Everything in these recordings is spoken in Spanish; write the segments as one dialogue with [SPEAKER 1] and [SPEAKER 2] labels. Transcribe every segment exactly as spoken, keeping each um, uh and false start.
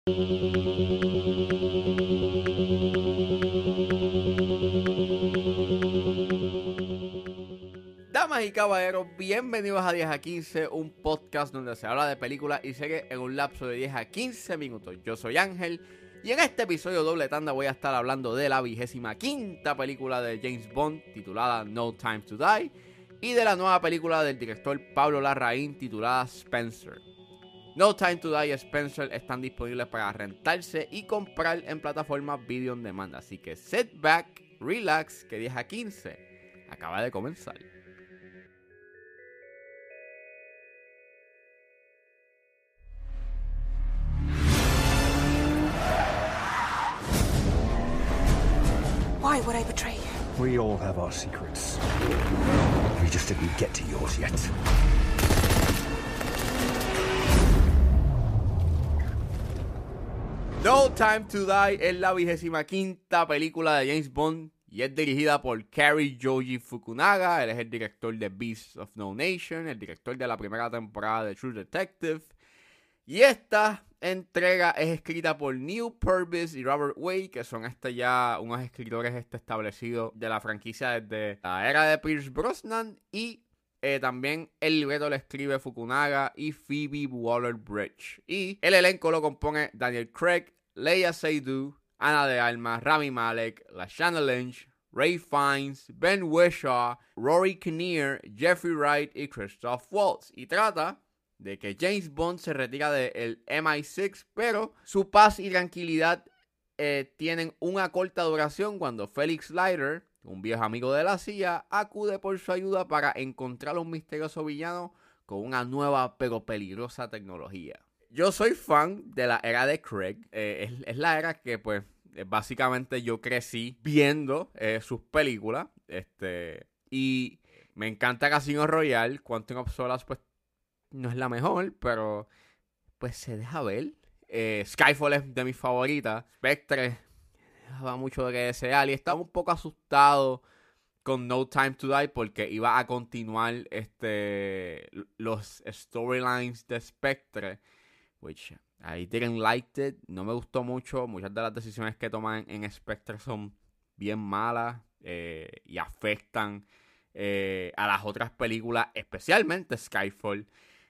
[SPEAKER 1] Damas y caballeros, bienvenidos a diez a quince, un podcast donde se habla de películas y series en un lapso de diez a quince minutos. Yo soy Ángel y en este episodio doble tanda voy a estar hablando de la vigésima quinta película de James Bond titulada No Time to Die y de la nueva película del director Pablo Larraín titulada Spencer. No Time to Die y Spencer están disponibles para rentarse y comprar en plataformas video on demand, así que sit back, relax, que diez a quince acaba de comenzar.
[SPEAKER 2] Why would I betray you?
[SPEAKER 3] We all have our secrets. We just didn't get to yours yet.
[SPEAKER 1] No Time to Die es la vigésima quinta película de James Bond y es dirigida por Cary Joji Fukunaga. Él es el director de Beasts of No Nation, el director de la primera temporada de True Detective. Y esta entrega es escrita por Neil Purvis y Robert Wade, que son este ya unos escritores este establecidos de la franquicia desde la era de Pierce Brosnan. Y eh, también el libreto lo escribe Fukunaga y Phoebe Waller-Bridge. Y el elenco lo compone Daniel Craig, Leia Seydoux, Ana de Armas, Rami Malek, Lashana Lynch, Ray Fiennes, Ben Whishaw, Rory Kinnear, Jeffrey Wright y Christoph Waltz. Y trata de que James Bond se retira del M I seis, pero su paz y tranquilidad eh, tienen una corta duración cuando Felix Leiter, un viejo amigo de la C I A, acude por su ayuda para encontrar a un misterioso villano con una nueva pero peligrosa tecnología. Yo soy fan de la era de Craig, eh, es, es la era que pues básicamente yo crecí viendo eh, sus películas, este, y me encanta Casino Royale. Quantum of Solace pues no es la mejor, pero pues se deja ver. Eh, Skyfall es de mis favoritas. Spectre daba mucho de que desear y estaba un poco asustado con No Time to Die porque iba a continuar este los storylines de Spectre, which I didn't like it. No me gustó mucho. Muchas de las decisiones que toman en Spectre son bien malas eh, y afectan eh, a las otras películas, especialmente Skyfall.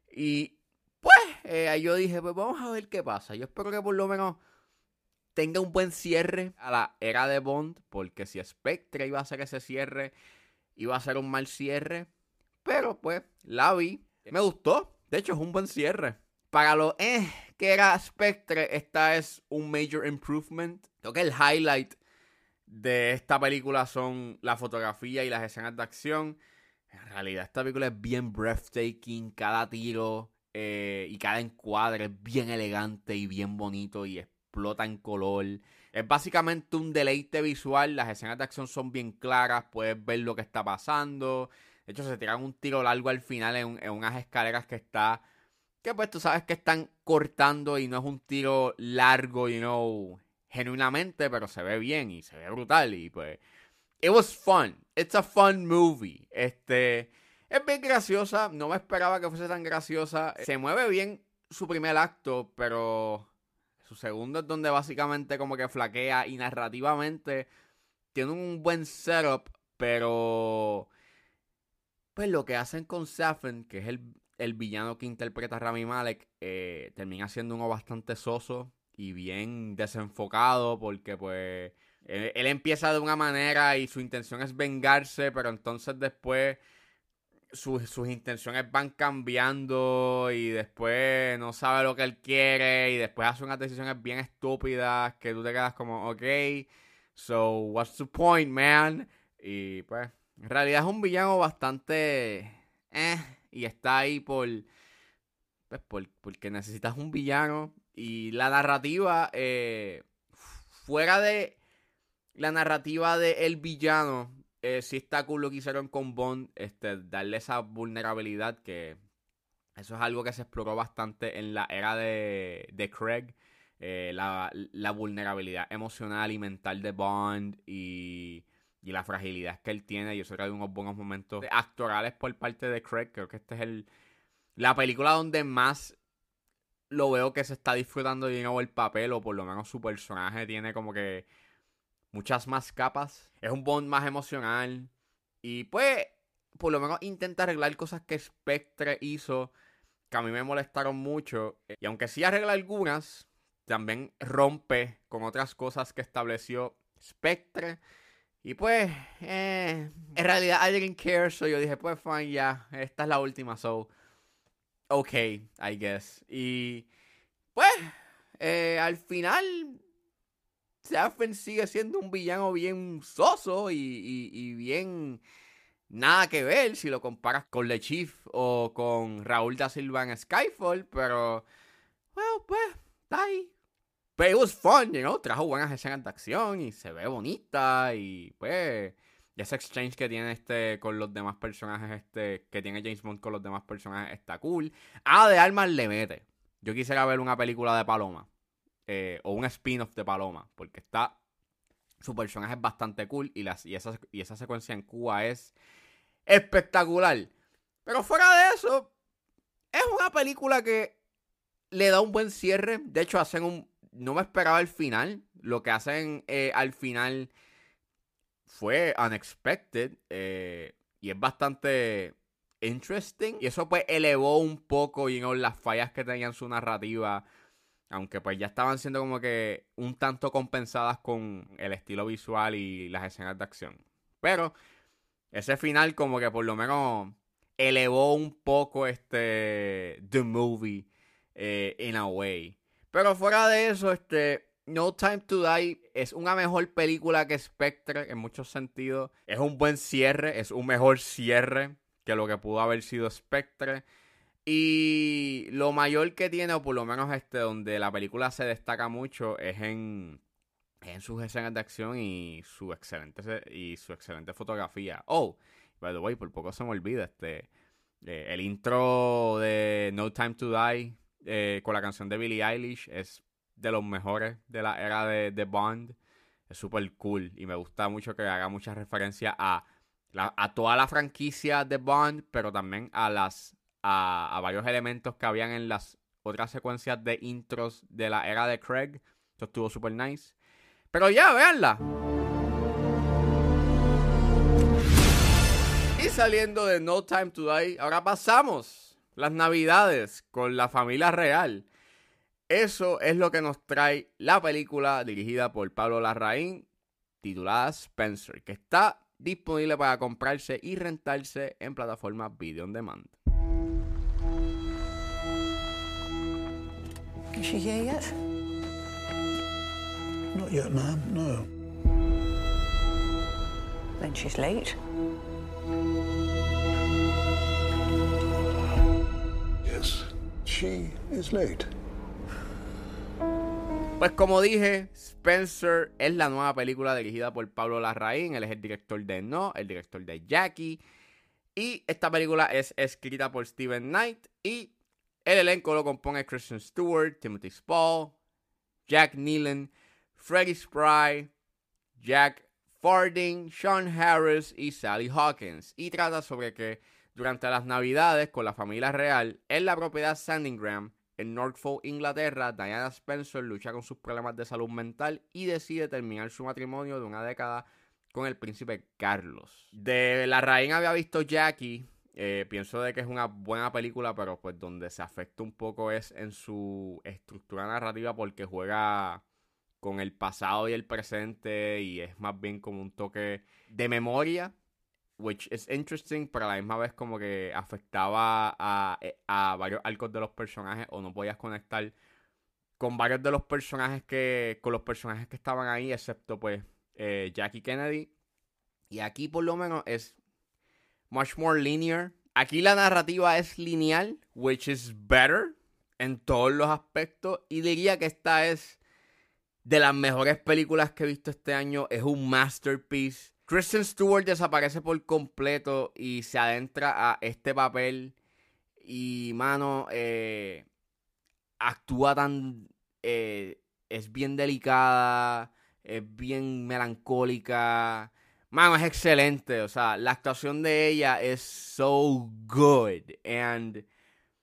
[SPEAKER 1] Y pues eh, yo dije, pues vamos a ver qué pasa. Yo espero que por lo menos tenga un buen cierre a la era de Bond, porque si Spectre iba a hacer ese cierre, iba a ser un mal cierre. Pero pues la vi, me gustó. De hecho es un buen cierre. Para lo eh, que era Spectre, esta es un major improvement. Creo que el highlight de esta película son la fotografía y las escenas de acción. En realidad esta película es bien breathtaking. Cada tiro eh, y cada encuadre es bien elegante y bien bonito y explota en color. Es básicamente un deleite visual. Las escenas de acción son bien claras. Puedes ver lo que está pasando. De hecho se tiran un tiro largo al final en, en unas escaleras que está... Que pues tú sabes que están cortando y no es un tiro largo, you know, genuinamente, pero se ve bien y se ve brutal y pues... It was fun. It's a fun movie. Este, es bien graciosa. No me esperaba que fuese tan graciosa. Se mueve bien su primer acto, pero su segundo es donde básicamente como que flaquea y narrativamente tiene un buen setup, pero pues lo que hacen con Safin, que es el, el villano que interpreta Rami Malek, eh, termina siendo uno bastante soso y bien desenfocado porque pues... Él, él empieza de una manera y su intención es vengarse, pero entonces después su, sus intenciones van cambiando y después no sabe lo que él quiere y después hace unas decisiones bien estúpidas que tú te quedas como, ok, so what's the point, man? Y pues, en realidad es un villano bastante... Eh, y está ahí por... Pues por, porque necesitas un villano y la narrativa, eh, fuera de... La narrativa de el villano, eh, sí está cool lo que hicieron con Bond, este, darle esa vulnerabilidad, que eso es algo que se exploró bastante en la era de, de Craig, eh, la, la vulnerabilidad emocional y mental de Bond y, y la fragilidad que él tiene. Y eso era de unos buenos momentos actorales por parte de Craig. Creo que este es el la película donde más lo veo que se está disfrutando de nuevo el papel, o por lo menos su personaje tiene como que muchas más capas. Es un Bond más emocional. Y pues, por lo menos intenta arreglar cosas que Spectre hizo, que a mí me molestaron mucho. Y aunque sí arregla algunas, también rompe con otras cosas que estableció Spectre. Y pues, eh, en realidad I didn't care, so yo dije, pues fine, ya, esta es la última, so, ok, I guess. Y pues, eh, al final, Safin sigue siendo un villano bien soso y, y, y bien nada que ver si lo comparas con Le Chief o con Raúl da Silva en Skyfall, pero, well, pues, está ahí. Pero it was fun, you know, trajo buenas escenas de acción y se ve bonita y pues ese exchange que tiene este con los demás personajes, este que tiene James Bond con los demás personajes está cool. Ah, de armas le mete. Yo quisiera ver una película de Paloma eh, o un spin-off de Paloma porque está, su personaje es bastante cool y, las, y, esa, y esa secuencia en Cuba es espectacular. Pero fuera de eso, es una película que le da un buen cierre. De hecho, hacen un... No me esperaba el final. Lo que hacen eh, al final fue unexpected. Eh, y es bastante interesting. Y eso pues elevó un poco, you know, las fallas que tenían su narrativa. Aunque pues ya estaban siendo como que un tanto compensadas con el estilo visual y las escenas de acción. Pero ese final como que por lo menos elevó un poco este The Movie eh, in a way. Pero fuera de eso, este No Time to Die es una mejor película que Spectre en muchos sentidos. Es un buen cierre, es un mejor cierre que lo que pudo haber sido Spectre. Y lo mayor que tiene, o por lo menos este donde la película se destaca mucho, es en, en sus escenas de acción y su excelente y su excelente fotografía. Oh, by the way, por poco se me olvida este eh, el intro de No Time to Die. Eh, con la canción de Billie Eilish es de los mejores de la era de, de Bond. Es súper cool y me gusta mucho que haga mucha referencia a, la, a toda la franquicia de Bond, pero también a las a, a varios elementos que habían en las otras secuencias de intros de la era de Craig. Esto estuvo súper nice. Pero ya, véanla. Y saliendo de No Time to Die, ahora pasamos las navidades con la familia real. Eso es lo que nos trae la película dirigida por Pablo Larraín, titulada Spencer, que está disponible para comprarse y rentarse en plataformas video on demand.
[SPEAKER 2] Is she here yet?
[SPEAKER 4] Not yet, ma'am, no.
[SPEAKER 2] Then she's late.
[SPEAKER 4] Yes, she is late.
[SPEAKER 1] Pues como dije, Spencer es la nueva película dirigida por Pablo Larraín. Él es el director de No, el director de Jackie. Y esta película es escrita por Steven Knight. Y el elenco lo compone Kristen Stewart, Timothy Spall, Jack Nealon, Freddie Spry, Jack Farding, Sean Harris y Sally Hawkins. Y trata sobre que durante las navidades con la familia real en la propiedad Sandringham en Norfolk, Inglaterra, Diana Spencer lucha con sus problemas de salud mental y decide terminar su matrimonio de una década con el príncipe Carlos. De Larraín había visto Jackie. Eh, pienso de que es una buena película, pero pues donde se afecta un poco es en su estructura narrativa porque juega con el pasado y el presente y es más bien como un toque de memoria, which is interesting, pero a la misma vez como que afectaba a, a varios arcos de los personajes o no podías conectar con varios de los personajes que con los personajes que estaban ahí, excepto pues eh, Jackie Kennedy. Y aquí por lo menos es much more linear. Aquí la narrativa es lineal, which is better en todos los aspectos. Y diría que esta es de las mejores películas que he visto este año. Es un masterpiece. Kristen Stewart desaparece por completo y se adentra a este papel. Y, mano, eh, actúa tan... Eh, es bien delicada, es bien melancólica. Mano, es excelente. O sea, la actuación de ella es so good. And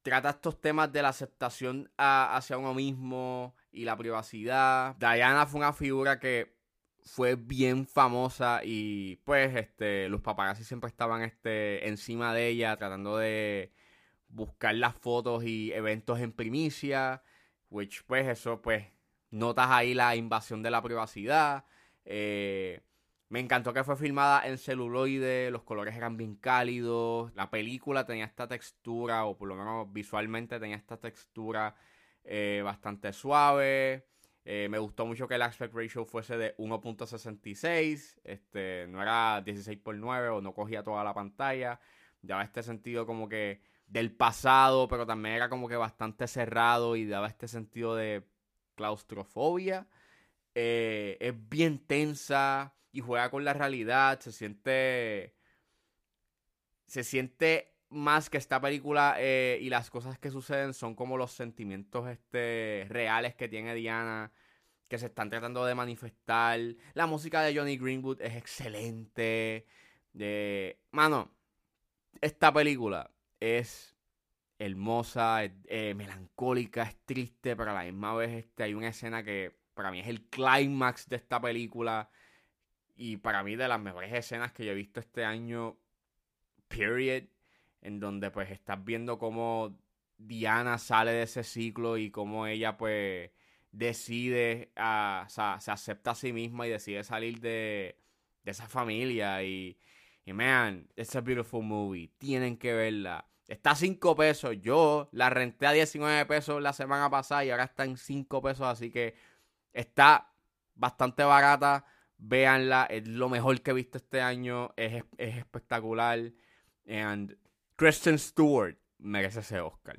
[SPEAKER 1] trata estos temas de la aceptación a, hacia uno mismo y la privacidad. Diana fue una figura que fue bien famosa y pues este los paparazzi siempre estaban este encima de ella tratando de buscar las fotos y eventos en primicia, which pues eso pues notas ahí la invasión de la privacidad. Eh, me encantó que fue filmada en celuloide, los colores eran bien cálidos, la película tenía esta textura, o por lo menos visualmente tenía esta textura eh, bastante suave. Eh, me gustó mucho que el aspect ratio fuese de uno punto sesenta y seis, este, no era dieciséis por nueve o no cogía toda la pantalla, daba este sentido como que del pasado, pero también era como que bastante cerrado y daba este sentido de claustrofobia. Eh, es bien tensa y juega con la realidad, se siente, se siente más que esta película eh, y las cosas que suceden son como los sentimientos este, reales que tiene Diana, que se están tratando de manifestar. La música de Johnny Greenwood es excelente. Eh, mano, esta película es hermosa, es eh, melancólica, es triste, pero a la misma vez este, hay una escena que para mí es el clímax de esta película y para mí de las mejores escenas que yo he visto este año, period, en donde pues estás viendo cómo Diana sale de ese ciclo y cómo ella pues decide, uh, o sea, se acepta a sí misma y decide salir de, de esa familia y, y man, it's a beautiful movie, tienen que verla. Está a cinco pesos, yo la renté a diecinueve pesos la semana pasada y ahora está en cinco pesos, así que está bastante barata, véanla, es lo mejor que he visto este año, es, es espectacular, and Kristen Stewart merece ese Oscar.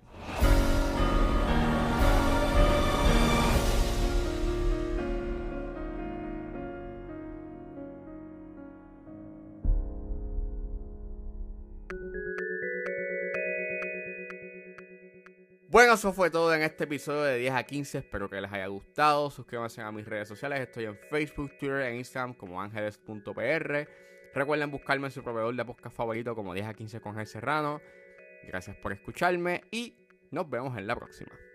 [SPEAKER 1] Bueno, eso fue todo en este episodio de diez a quince. Espero que les haya gustado. Suscríbanse a mis redes sociales. Estoy en Facebook, Twitter e Instagram como ángeles punto p r. Recuerden buscarme en su proveedor de podcast favorito como diez a quince con Ángel Serrano. Gracias por escucharme y nos vemos en la próxima.